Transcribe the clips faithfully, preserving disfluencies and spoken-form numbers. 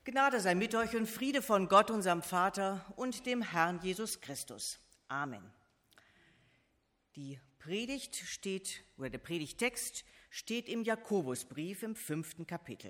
Gnade sei mit euch und Friede von Gott, unserem Vater und dem Herrn Jesus Christus. Amen. Die Predigt steht, oder der Predigttext steht im Jakobusbrief im fünften Kapitel.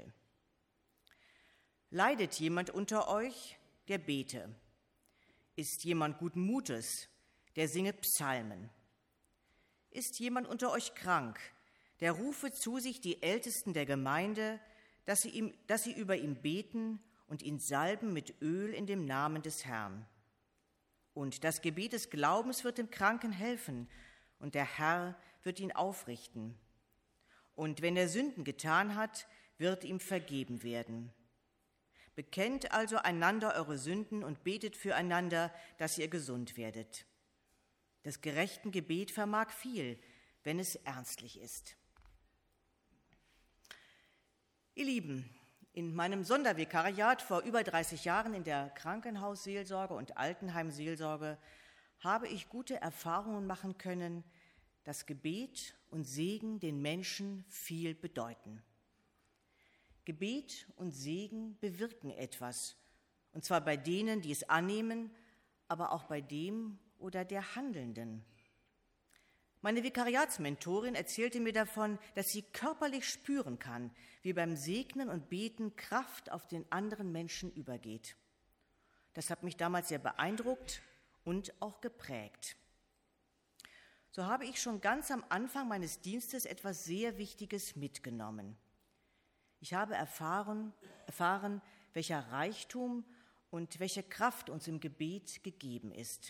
Leidet jemand unter euch, der bete. Ist jemand guten Mutes, der singe Psalmen. Ist jemand unter euch krank, der rufe zu sich die Ältesten der Gemeinde, dass sie, ihm, dass sie über ihn beten und ihn salben mit Öl in dem Namen des Herrn. Und das Gebet des Glaubens wird dem Kranken helfen, und der Herr wird ihn aufrichten. Und wenn er Sünden getan hat, wird ihm vergeben werden. Bekennt also einander eure Sünden und betet füreinander, dass ihr gesund werdet. Das gerechten Gebet vermag viel, wenn es ernstlich ist. Ihr Lieben, in meinem Sondervikariat vor über dreißig Jahren in der Krankenhausseelsorge und Altenheimseelsorge habe ich gute Erfahrungen machen können, dass Gebet und Segen den Menschen viel bedeuten. Gebet und Segen bewirken etwas, und zwar bei denen, die es annehmen, aber auch bei dem oder der Handelnden. Meine Vikariatsmentorin erzählte mir davon, dass sie körperlich spüren kann, wie beim Segnen und Beten Kraft auf den anderen Menschen übergeht. Das hat mich damals sehr beeindruckt und auch geprägt. So habe ich schon ganz am Anfang meines Dienstes etwas sehr Wichtiges mitgenommen. Ich habe erfahren, erfahren, welcher Reichtum und welche Kraft uns im Gebet gegeben ist.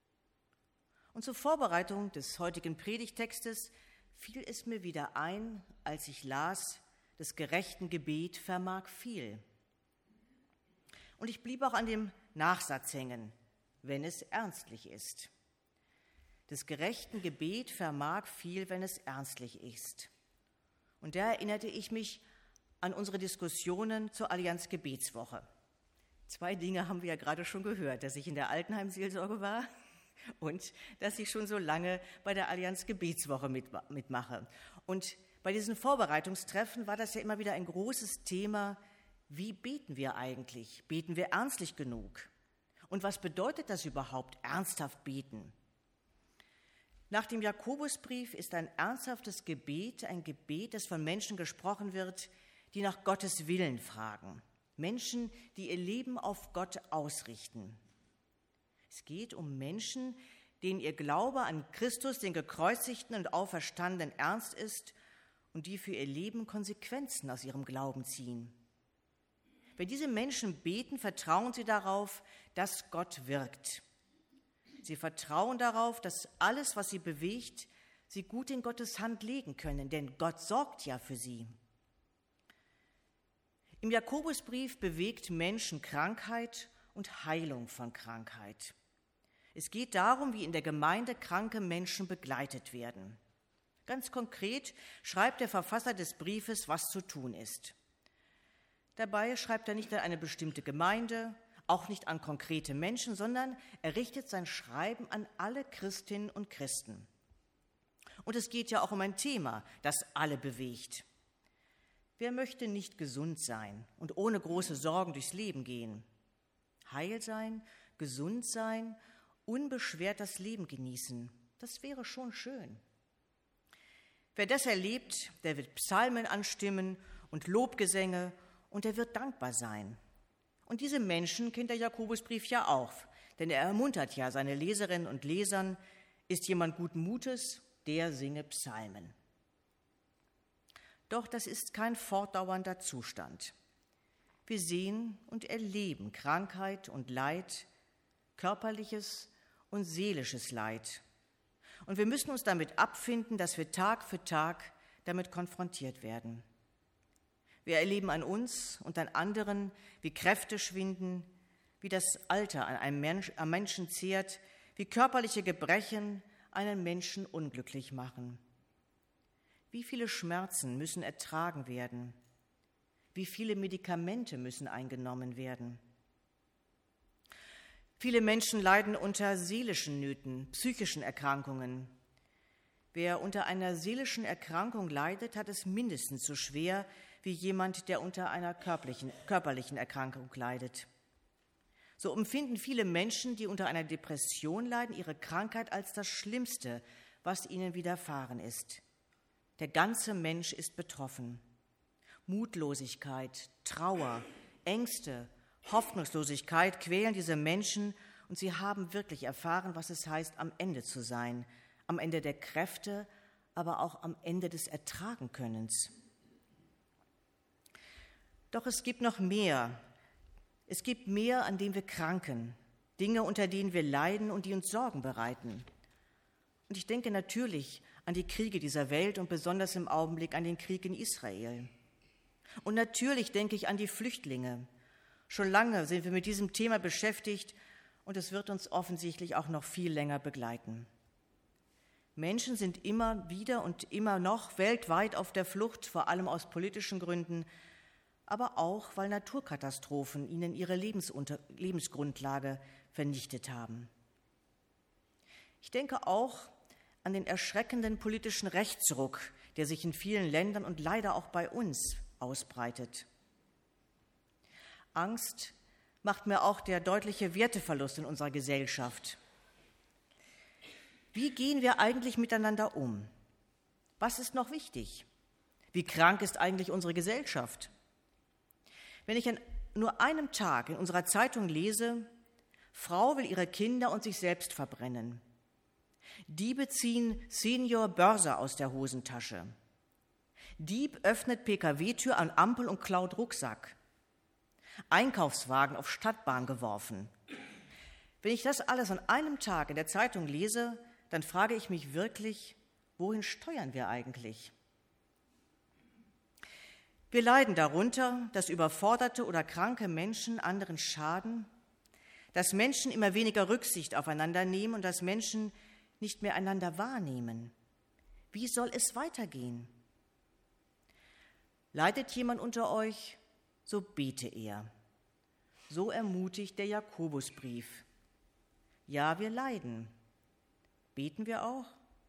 Und zur Vorbereitung des heutigen Predigtextes fiel es mir wieder ein, als ich las, des gerechten Gebet vermag viel. Und ich blieb auch an dem Nachsatz hängen, wenn es ernstlich ist. Des gerechten Gebet vermag viel, wenn es ernstlich ist. Und da erinnerte ich mich an unsere Diskussionen zur Allianz Gebetswoche. Zwei Dinge haben wir ja gerade schon gehört, dass ich in der Altenheimseelsorge war und dass ich schon so lange bei der Allianz Gebetswoche mitmache. Und bei diesen Vorbereitungstreffen war das ja immer wieder ein großes Thema. Wie beten wir eigentlich? Beten wir ernstlich genug? Und was bedeutet das überhaupt, ernsthaft beten? Nach dem Jakobusbrief ist ein ernsthaftes Gebet ein Gebet, das von Menschen gesprochen wird, die nach Gottes Willen fragen. Menschen, die ihr Leben auf Gott ausrichten. Es geht um Menschen, denen ihr Glaube an Christus, den Gekreuzigten und Auferstandenen, ernst ist und die für ihr Leben Konsequenzen aus ihrem Glauben ziehen. Wenn diese Menschen beten, vertrauen sie darauf, dass Gott wirkt. Sie vertrauen darauf, dass alles, was sie bewegt, sie gut in Gottes Hand legen können, denn Gott sorgt ja für sie. Im Jakobusbrief bewegt Menschen Krankheit und Heilung von Krankheit. Es geht darum, wie in der Gemeinde kranke Menschen begleitet werden. Ganz konkret schreibt der Verfasser des Briefes, was zu tun ist. Dabei schreibt er nicht an eine bestimmte Gemeinde, auch nicht an konkrete Menschen, sondern er richtet sein Schreiben an alle Christinnen und Christen. Und es geht ja auch um ein Thema, das alle bewegt. Wer möchte nicht gesund sein und ohne große Sorgen durchs Leben gehen? Heil sein, gesund sein, unbeschwert das Leben genießen, das wäre schon schön. Wer das erlebt, der wird Psalmen anstimmen und Lobgesänge und er wird dankbar sein. Und diese Menschen kennt der Jakobusbrief ja auch, denn er ermuntert ja seine Leserinnen und Lesern, ist jemand guten Mutes, der singe Psalmen. Doch das ist kein fortdauernder Zustand. Wir sehen und erleben Krankheit und Leid, körperliches und seelisches Leid. Und wir müssen uns damit abfinden, dass wir Tag für Tag damit konfrontiert werden. Wir erleben an uns und an anderen, wie Kräfte schwinden, wie das Alter an einem Mensch, am Menschen zehrt, wie körperliche Gebrechen einen Menschen unglücklich machen. Wie viele Schmerzen müssen ertragen werden? Wie viele Medikamente müssen eingenommen werden? Viele Menschen leiden unter seelischen Nöten, psychischen Erkrankungen. Wer unter einer seelischen Erkrankung leidet, hat es mindestens so schwer wie jemand, der unter einer körperlichen, körperlichen Erkrankung leidet. So empfinden viele Menschen, die unter einer Depression leiden, ihre Krankheit als das Schlimmste, was ihnen widerfahren ist. Der ganze Mensch ist betroffen. Mutlosigkeit, Trauer, Ängste, Hoffnungslosigkeit quälen diese Menschen und sie haben wirklich erfahren, was es heißt, am Ende zu sein, am Ende der Kräfte, aber auch am Ende des Ertragenkönnens. Doch es gibt noch mehr. Es gibt mehr, an dem wir kranken, Dinge, unter denen wir leiden und die uns Sorgen bereiten. Und ich denke natürlich an die Kriege dieser Welt und besonders im Augenblick an den Krieg in Israel. Und natürlich denke ich an die Flüchtlinge. Schon lange sind wir mit diesem Thema beschäftigt und es wird uns offensichtlich auch noch viel länger begleiten. Menschen sind immer wieder und immer noch weltweit auf der Flucht, vor allem aus politischen Gründen, aber auch, weil Naturkatastrophen ihnen ihre Lebensunter- Lebensgrundlage vernichtet haben. Ich denke auch an den erschreckenden politischen Rechtsruck, der sich in vielen Ländern und leider auch bei uns ausbreitet. Angst macht mir auch der deutliche Werteverlust in unserer Gesellschaft. Wie gehen wir eigentlich miteinander um? Was ist noch wichtig? Wie krank ist eigentlich unsere Gesellschaft? Wenn ich an nur einem Tag in unserer Zeitung lese, Frau will ihre Kinder und sich selbst verbrennen. Diebe ziehen Senior Börse aus der Hosentasche. Dieb öffnet P K W-Tür an Ampel und klaut Rucksack. Einkaufswagen auf Stadtbahn geworfen. Wenn ich das alles an einem Tag in der Zeitung lese, dann frage ich mich wirklich, wohin steuern wir eigentlich? Wir leiden darunter, dass überforderte oder kranke Menschen anderen schaden, dass Menschen immer weniger Rücksicht aufeinander nehmen und dass Menschen nicht mehr einander wahrnehmen. Wie soll es weitergehen? Leidet jemand unter euch, so bete er. So ermutigt der Jakobusbrief. Ja, wir leiden. Beten wir auch?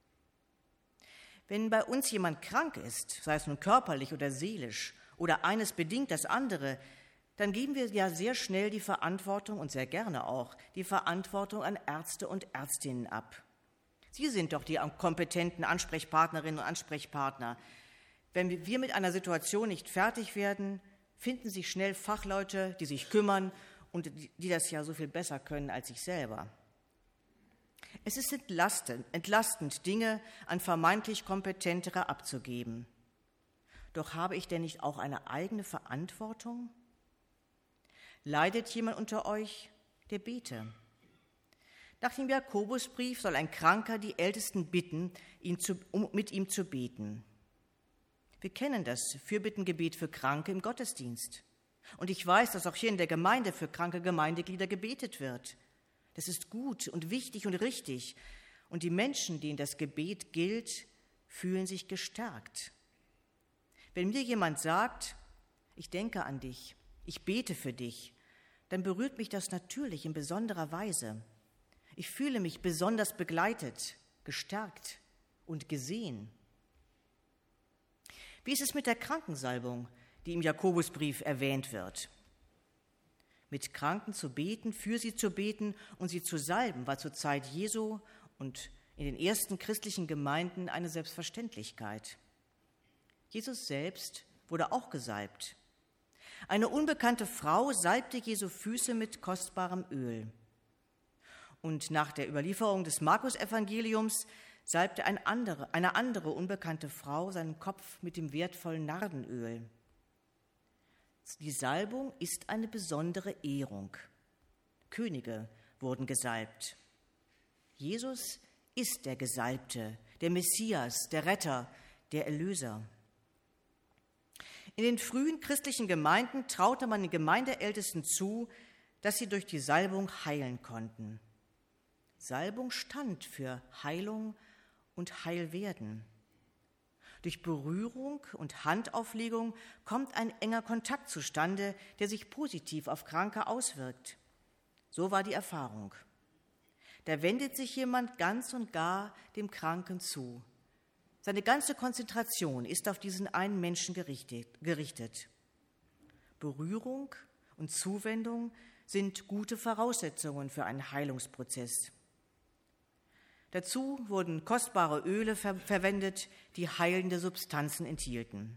Wenn bei uns jemand krank ist, sei es nun körperlich oder seelisch, oder eines bedingt das andere, dann geben wir ja sehr schnell die Verantwortung und sehr gerne auch die Verantwortung an Ärzte und Ärztinnen ab. Sie sind doch die kompetenten Ansprechpartnerinnen und Ansprechpartner. Wenn wir mit einer Situation nicht fertig werden, finden sich schnell Fachleute, die sich kümmern und die das ja so viel besser können als ich selber. Es ist entlastend, entlastend, Dinge an vermeintlich Kompetentere abzugeben. Doch habe ich denn nicht auch eine eigene Verantwortung? Leidet jemand unter euch, der bete. Nach dem Jakobusbrief soll ein Kranker die Ältesten bitten, ihn zu, um mit ihm zu beten. Wir kennen das Fürbittengebet für Kranke im Gottesdienst. Und ich weiß, dass auch hier in der Gemeinde für kranke Gemeindeglieder gebetet wird. Das ist gut und wichtig und richtig. Und die Menschen, denen das Gebet gilt, fühlen sich gestärkt. Wenn mir jemand sagt, ich denke an dich, ich bete für dich, dann berührt mich das natürlich in besonderer Weise. Ich fühle mich besonders begleitet, gestärkt und gesehen. Wie ist es mit der Krankensalbung, die im Jakobusbrief erwähnt wird? Mit Kranken zu beten, für sie zu beten und sie zu salben, war zur Zeit Jesu und in den ersten christlichen Gemeinden eine Selbstverständlichkeit. Jesus selbst wurde auch gesalbt. Eine unbekannte Frau salbte Jesu Füße mit kostbarem Öl. Und nach der Überlieferung des Markus-Evangeliums salbte ein andere, eine andere unbekannte Frau seinen Kopf mit dem wertvollen Nardenöl. Die Salbung ist eine besondere Ehrung. Könige wurden gesalbt. Jesus ist der Gesalbte, der Messias, der Retter, der Erlöser. In den frühen christlichen Gemeinden traute man den Gemeindeältesten zu, dass sie durch die Salbung heilen konnten. Salbung stand für Heilung und Heilwerden. Durch Berührung und Handauflegung kommt ein enger Kontakt zustande, der sich positiv auf Kranke auswirkt. So war die Erfahrung. Da wendet sich jemand ganz und gar dem Kranken zu. Seine ganze Konzentration ist auf diesen einen Menschen gerichtet. Berührung und Zuwendung sind gute Voraussetzungen für einen Heilungsprozess. Dazu wurden kostbare Öle ver- verwendet, die heilende Substanzen enthielten.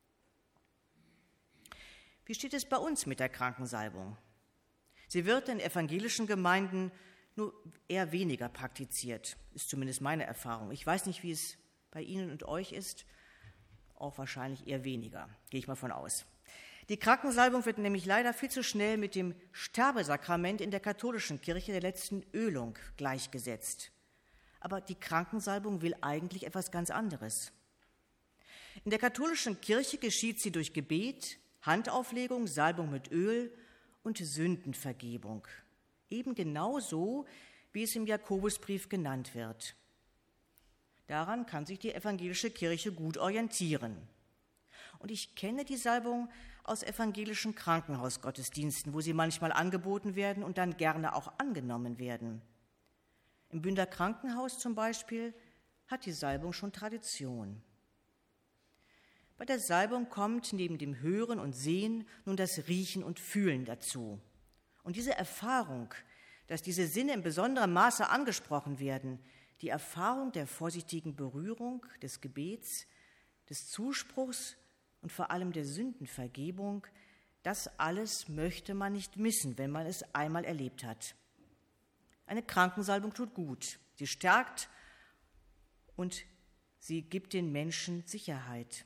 Wie steht es bei uns mit der Krankensalbung? Sie wird in evangelischen Gemeinden nur eher weniger praktiziert, ist zumindest meine Erfahrung. Ich weiß nicht, wie es bei Ihnen und euch ist, auch wahrscheinlich eher weniger, gehe ich mal von aus. Die Krankensalbung wird nämlich leider viel zu schnell mit dem Sterbesakrament in der katholischen Kirche der letzten Ölung gleichgesetzt. Aber die Krankensalbung will eigentlich etwas ganz anderes. In der katholischen Kirche geschieht sie durch Gebet, Handauflegung, Salbung mit Öl und Sündenvergebung. Eben genau so, wie es im Jakobusbrief genannt wird. Daran kann sich die evangelische Kirche gut orientieren. Und ich kenne die Salbung aus evangelischen Krankenhausgottesdiensten, wo sie manchmal angeboten werden und dann gerne auch angenommen werden. Im Bünder Krankenhaus zum Beispiel hat die Salbung schon Tradition. Bei der Salbung kommt neben dem Hören und Sehen nun das Riechen und Fühlen dazu. Und diese Erfahrung, dass diese Sinne in besonderem Maße angesprochen werden, die Erfahrung der vorsichtigen Berührung, des Gebets, des Zuspruchs und vor allem der Sündenvergebung, das alles möchte man nicht missen, wenn man es einmal erlebt hat. Eine Krankensalbung tut gut. Sie stärkt und sie gibt den Menschen Sicherheit.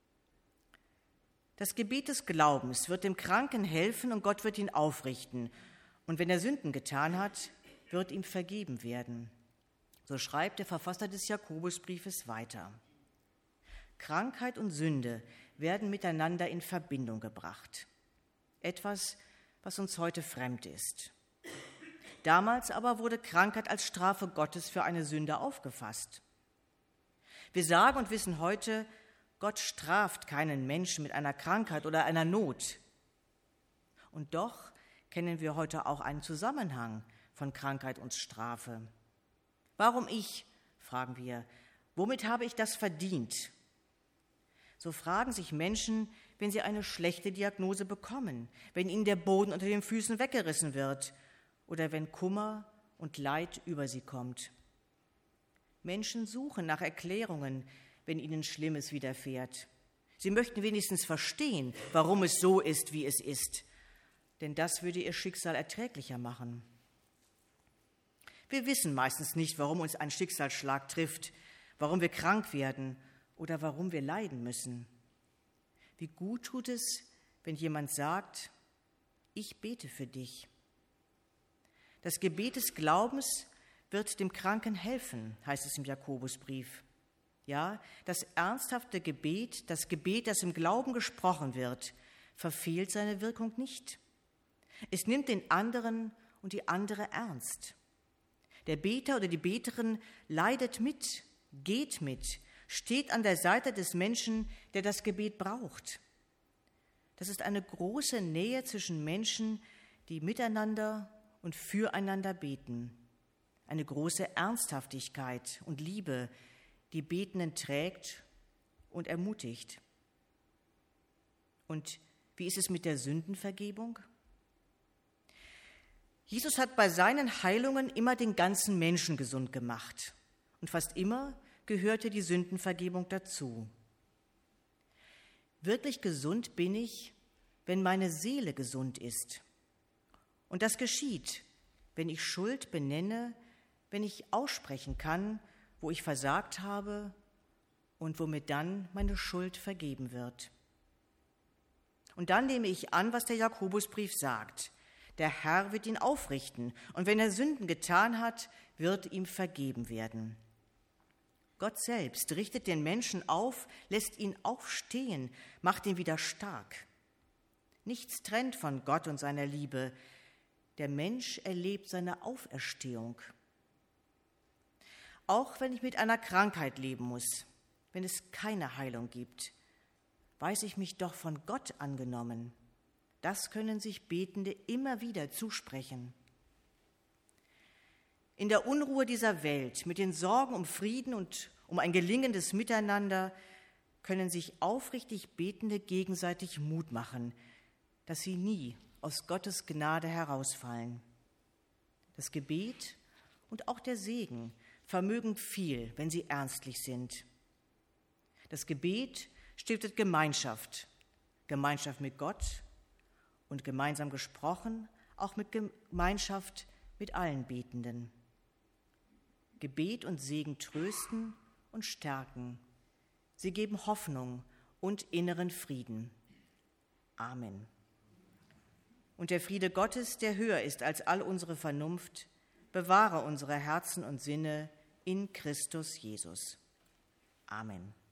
Das Gebet des Glaubens wird dem Kranken helfen und Gott wird ihn aufrichten. Und wenn er Sünden getan hat, wird ihm vergeben werden. So schreibt der Verfasser des Jakobusbriefes weiter. Krankheit und Sünde werden miteinander in Verbindung gebracht. Etwas, was uns heute fremd ist. Damals aber wurde Krankheit als Strafe Gottes für eine Sünde aufgefasst. Wir sagen und wissen heute, Gott straft keinen Menschen mit einer Krankheit oder einer Not. Und doch kennen wir heute auch einen Zusammenhang von Krankheit und Strafe. Warum ich, fragen wir, womit habe ich das verdient? So fragen sich Menschen, wenn sie eine schlechte Diagnose bekommen, wenn ihnen der Boden unter den Füßen weggerissen wird oder wenn Kummer und Leid über sie kommt. Menschen suchen nach Erklärungen, wenn ihnen Schlimmes widerfährt. Sie möchten wenigstens verstehen, warum es so ist, wie es ist, denn das würde ihr Schicksal erträglicher machen. Wir wissen meistens nicht, warum uns ein Schicksalsschlag trifft, warum wir krank werden oder warum wir leiden müssen. Wie gut tut es, wenn jemand sagt, ich bete für dich. Das Gebet des Glaubens wird dem Kranken helfen, heißt es im Jakobusbrief. Ja, das ernsthafte Gebet, das Gebet, das im Glauben gesprochen wird, verfehlt seine Wirkung nicht. Es nimmt den anderen und die andere ernst. Der Beter oder die Beterin leidet mit, geht mit, steht an der Seite des Menschen, der das Gebet braucht. Das ist eine große Nähe zwischen Menschen, die miteinander und füreinander beten. Eine große Ernsthaftigkeit und Liebe, die Betenden trägt und ermutigt. Und wie ist es mit der Sündenvergebung? Jesus hat bei seinen Heilungen immer den ganzen Menschen gesund gemacht. Und fast immer gehörte die Sündenvergebung dazu. Wirklich gesund bin ich, wenn meine Seele gesund ist. Und das geschieht, wenn ich Schuld benenne, wenn ich aussprechen kann, wo ich versagt habe und womit dann meine Schuld vergeben wird. Und dann nehme ich an, was der Jakobusbrief sagt. Der Herr wird ihn aufrichten und wenn er Sünden getan hat, wird ihm vergeben werden. Gott selbst richtet den Menschen auf, lässt ihn aufstehen, macht ihn wieder stark. Nichts trennt von Gott und seiner Liebe. Der Mensch erlebt seine Auferstehung. Auch wenn ich mit einer Krankheit leben muss, wenn es keine Heilung gibt, weiß ich mich doch von Gott angenommen. Das können sich Betende immer wieder zusprechen. In der Unruhe dieser Welt, mit den Sorgen um Frieden und um ein gelingendes Miteinander können sich aufrichtig Betende gegenseitig Mut machen, dass sie nie aus Gottes Gnade herausfallen. Das Gebet und auch der Segen vermögen viel, wenn sie ernstlich sind. Das Gebet stiftet Gemeinschaft, Gemeinschaft mit Gott und gemeinsam gesprochen auch mit Gemeinschaft mit allen Betenden. Gebet und Segen trösten und stärken. Sie geben Hoffnung und inneren Frieden. Amen. Und der Friede Gottes, der höher ist als all unsere Vernunft, bewahre unsere Herzen und Sinne in Christus Jesus. Amen.